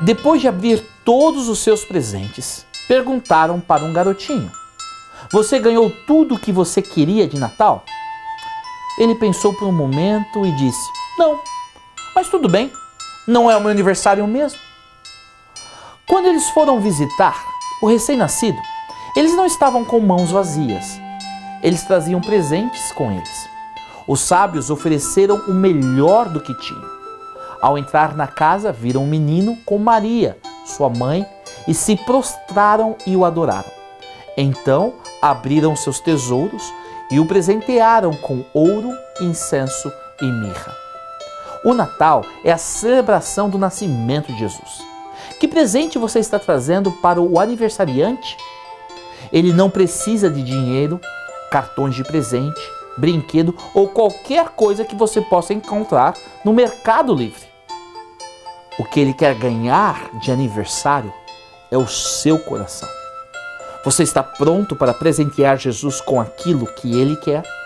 Depois de abrir todos os seus presentes, perguntaram para um garotinho: "Você ganhou tudo o que você queria de Natal?" Ele pensou por um momento e disse: "Não, mas tudo bem, não é o meu aniversário mesmo." Quando eles foram visitar o recém-nascido, eles não estavam com mãos vazias. Eles traziam presentes com eles. Os sábios ofereceram o melhor do que tinham. Ao entrar na casa, viram um menino com Maria, sua mãe, e se prostraram e o adoraram. Então abriram seus tesouros e o presentearam com ouro, incenso e mirra. O Natal é a celebração do nascimento de Jesus. Que presente você está trazendo para o aniversariante? Ele não precisa de dinheiro, cartões de presente, brinquedo ou qualquer coisa que você possa encontrar no Mercado Livre. O que ele quer ganhar de aniversário é o seu coração. Você está pronto para presentear Jesus com aquilo que ele quer?